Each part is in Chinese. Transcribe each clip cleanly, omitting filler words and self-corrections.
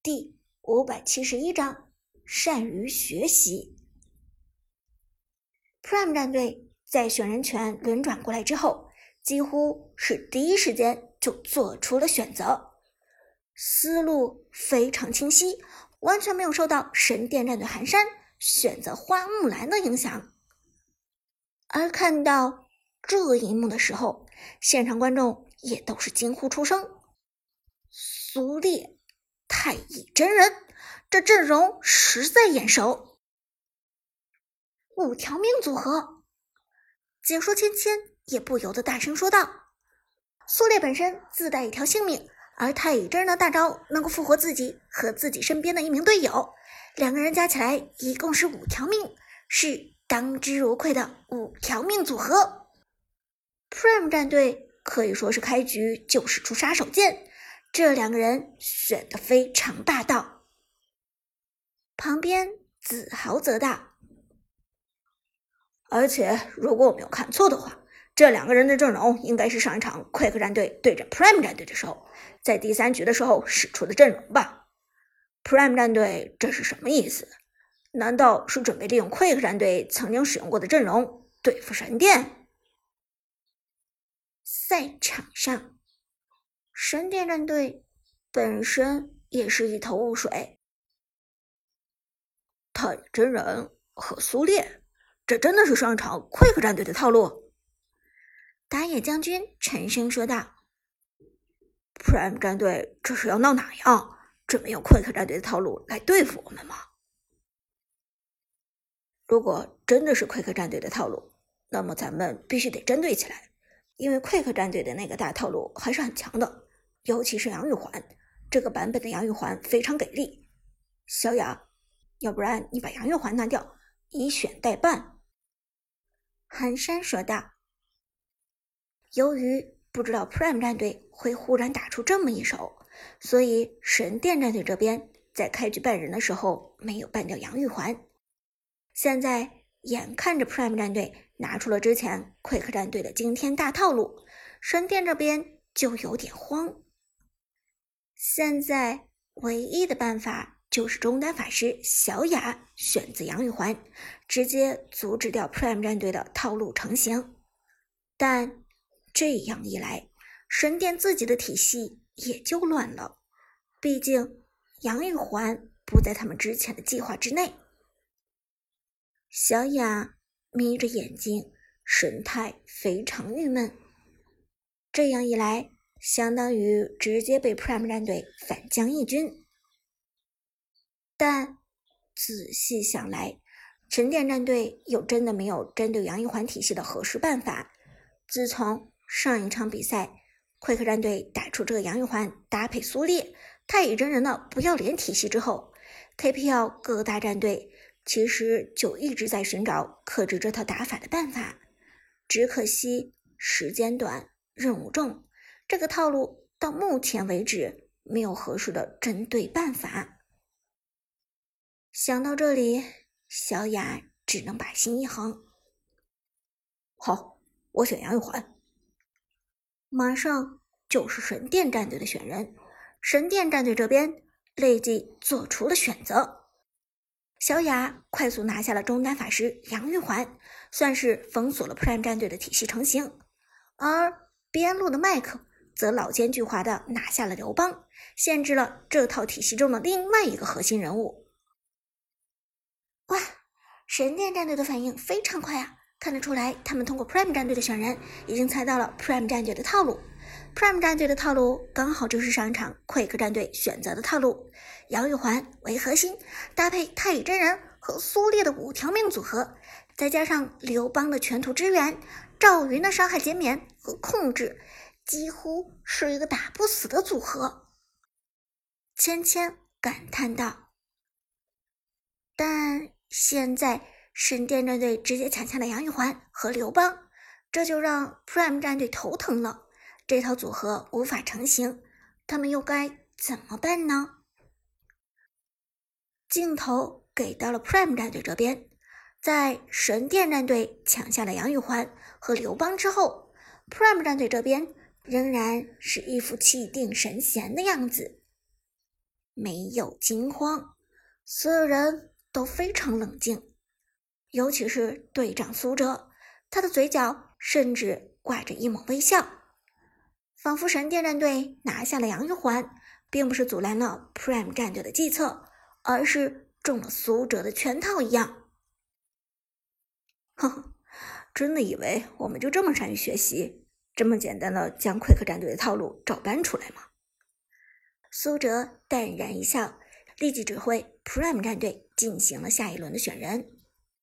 第571章善于学习。Prime 战队在选人权轮转过来之后，几乎是第一时间就做出了选择，思路非常清晰，完全没有受到神殿战队寒山选择花木兰的影响。而看到这一幕的时候，现场观众也都是惊呼出声：苏烈、太乙真人，这阵容实在眼熟。5条命组合，解说芊芊也不由得大声说道：苏烈本身自带1条性命，而太乙真人的大招能够复活自己和自己身边的一名队友，2个人加起来一共是5条命，是当之无愧的5条命组合。Prime 战队可以说是开局就使出杀手锏，这2个人选得非常霸道。旁边子豪则道： 而且如果我没有看错的话，这2个人的阵容应该是上一场 Quick 战队对阵 Prime 战队的时候，在第3局的时候使出的阵容吧。Prime 战队这是什么意思？难道是准备利用 Quick 战队曾经使用过的阵容对付神殿？ 赛场上，神殿战队本身也是一头雾水。 太乙真人和苏烈，这真的是上场 Quick 战队的套路？ 打野将军沉声说道。 Prime 战队这是要闹哪样？准备用 Quick 战队的套路来对付我们吗？如果真的是 Quick 战队的套路，那么咱们必须得针对起来，因为 Quick 战队的那个大套路还是很强的，尤其是杨玉环，这个版本的杨玉环非常给力。小雅，要不然你把杨玉环拿掉，以选代办。 寒山说道。由于不知道 Prime 战队会忽然打出这么一手，所以神殿战队这边在开局办人的时候没有办掉杨玉环。现在眼看着 Prime 战队拿出了之前 Quick 战队的惊天大套路，神殿这边就有点慌。现在唯一的办法就是中单法师小雅选择杨玉环，直接阻止掉 Prime 战队的套路成型。但这样一来，神殿自己的体系也就乱了，毕竟杨玉环不在他们之前的计划之内。小雅眯着眼睛，神态非常郁闷。这样一来，相当于直接被 Prime 战队反将一军。但仔细想来，神殿战队又真的没有针对杨玉环体系的合适办法。自从上一场比赛 Quick 战队打出这个杨玉环搭配苏烈、太乙真人的不要脸体系之后， KPL 各大战队其实就一直在寻找克制这套打法的办法，只可惜时间短任务重，这个套路到目前为止没有合适的针对办法。想到这里，小雅只能把心一横。 好，我选杨玉环。 马上就是神殿战队的选人，神殿战队这边立即做出了选择。小雅快速拿下了中单法师杨玉环，算是封锁了 Prime 战队的体系成型。而边路的麦克则老奸巨猾的拿下了刘邦，限制了这套体系中的另外一个核心人物。哇，神殿战队的反应非常快啊！看得出来，他们通过 Prime 战队的选人，已经猜到了 Prime 战队的套路。Prime 战队的套路刚好就是上一场 Quick 战队选择的套路，杨玉环为核心，搭配太乙真人和苏烈的5条命组合，再加上刘邦的全图支援，赵云的伤害减免和控制，几乎是一个打不死的组合。芊芊感叹道。但现在神殿战队直接抢下了杨玉环和刘邦，这就让 Prime 战队头疼了，这套组合无法成型，他们又该怎么办呢？镜头给到了 Prime 战队这边，在神殿战队抢下了杨玉环和刘邦之后， Prime 战队这边仍然是一副气定神闲的样子。 没有惊慌，所有人都非常冷静，尤其是队长苏哲，他的嘴角甚至挂着一抹微笑，仿佛神殿战队拿下了杨玉环，并不是阻拦了 Prime 战队的计策，而是中了苏哲的圈套一样。 哼，真的以为我们就这么善于学习，这么简单的将 Quick 战队的套路照搬出来吗？ 苏哲淡然一笑，立即指挥 Prime 战队进行了下一轮的选人。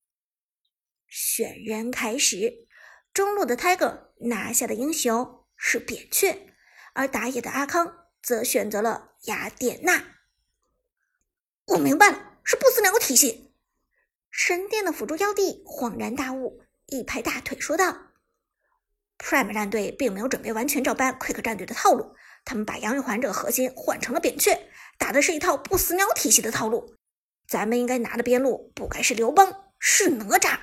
选人开始，中路的 Tiger 拿下的英雄是扁鹊，而打野的阿康则选择了雅典娜。 我明白了，是不死鸟体系。 神殿的辅助妖帝恍然大悟，一拍大腿说道 ：“Prime 战队并没有准备完全照搬 Quick 战队的套路，他们把杨玉环这个核心换成了扁鹊，打的是一套不死鸟体系的套路。咱们应该拿的边路不该是刘邦，是哪吒。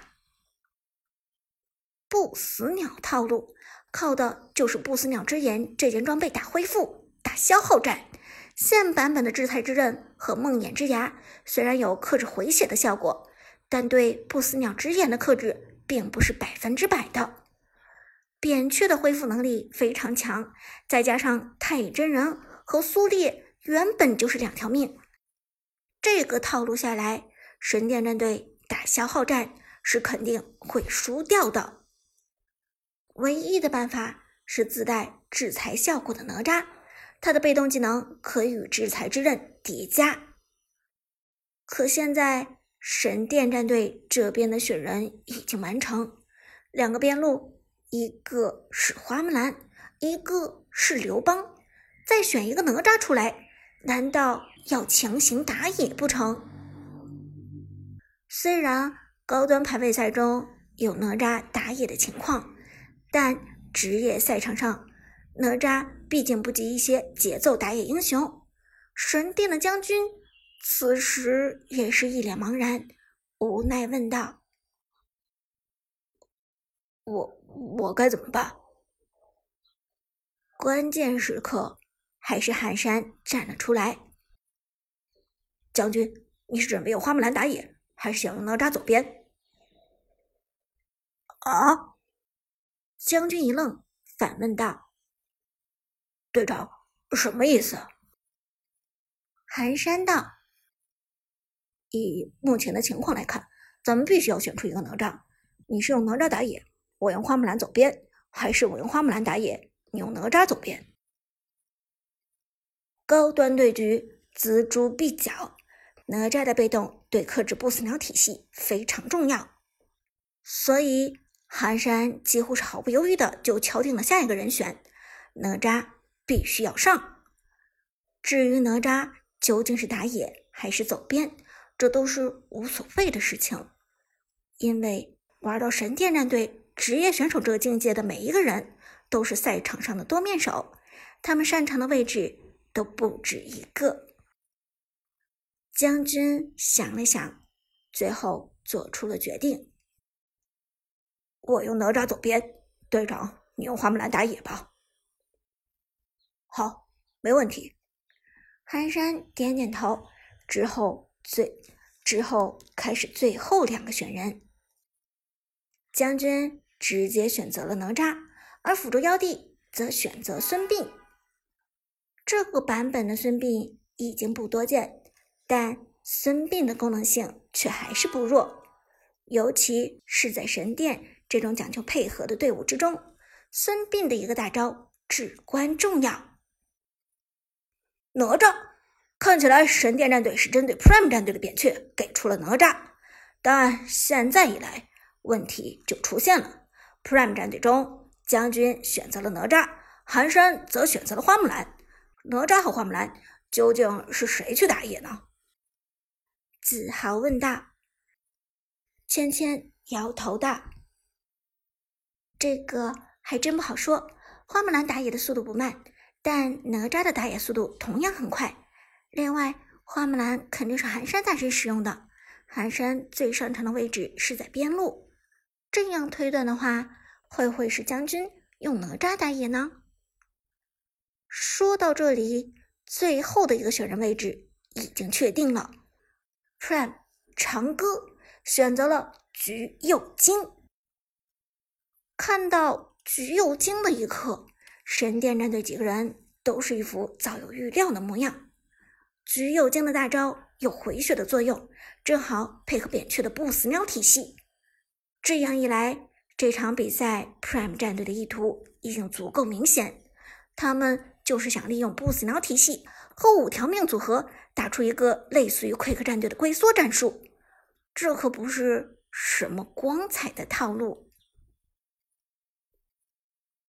不死鸟套路靠的就是不死鸟之眼这件装备打恢复、打消耗战。现版本的制裁之刃和梦魇之牙虽然有克制回血的效果，但对不死鸟之眼的克制并不是100%的。扁鹊的恢复能力非常强，再加上太乙真人和苏烈原本就是2条命，这个套路下来，神殿战队打消耗战是肯定会输掉的。唯一的办法是自带制裁效果的哪吒，他的被动技能可以与制裁之刃叠加。可现在神殿战队这边的选人已经完成，2个边路，一个是花木兰，一个是刘邦，再选一个哪吒出来，难道要强行打野不成？虽然高端排位赛中有哪吒打野的情况，但职业赛场上哪吒毕竟不及一些节奏打野英雄。神殿的将军此时也是一脸茫然，无奈问道： 我该怎么办？ 关键时刻还是寒山站了出来。 将军，你是准备用花木兰打野，还是想用哪吒走边？ 啊！将军一愣，反问道： 队长，什么意思？ 寒山道： 以目前的情况来看，咱们必须要选出一个哪吒。你是用哪吒打野，我用花木兰走边，还是我用花木兰打野，你用哪吒走边？ 高端对局，锱铢必较，哪吒的被动对克制不死鸟体系非常重要，所以寒山几乎是毫不犹豫的就敲定了下一个人选，哪吒必须要上。至于哪吒究竟是打野还是走边，这都是无所谓的事情，因为玩到神殿战队职业选手这个境界的每一个人都是赛场上的多面手，他们擅长的位置都不止一个。将军想了想，最后做出了决定： 我用哪吒走边，队长，你用花木兰打野吧。 好，没问题。寒山点点头，之后开始最后2个选人。将军直接选择了哪吒，而辅助妖帝则选择孙膑。这个版本的孙膑已经不多见，但孙膑的功能性却还是不弱，尤其是在神殿这种讲究配合的队伍之中，孙膑的一个大招至关重要。 哪吒，看起来神殿战队是针对 Prime 战队的扁鹊给出了哪吒，但现在一来，问题就出现了。Prime 战队中，将军选择了哪吒，寒山则选择了花木兰。哪吒和花木兰究竟是谁去打野呢？ 子豪问道。芊芊摇头道：这个还真不好说，花木兰打野的速度不慢，但哪吒的打野速度同样很快。另外，花木兰肯定是寒山大神使用的，寒山最擅长的位置是在边路。这样推断的话，会不会是将军用哪吒打野呢？说到这里，最后的一个选人位置已经确定了 ，Prime 长歌选择了橘右京。看到橘右京的一刻，神殿战队几个人都是一副早有预料的模样。橘右京的大招有回血的作用，正好配合扁鹊的不死鸟体系。这样一来，这场比赛 Prime 战队的意图已经足够明显，他们就是想利用不死鸟体系和5条命组合打出一个类似于Quick战队的龟缩战术，这可不是什么光彩的套路。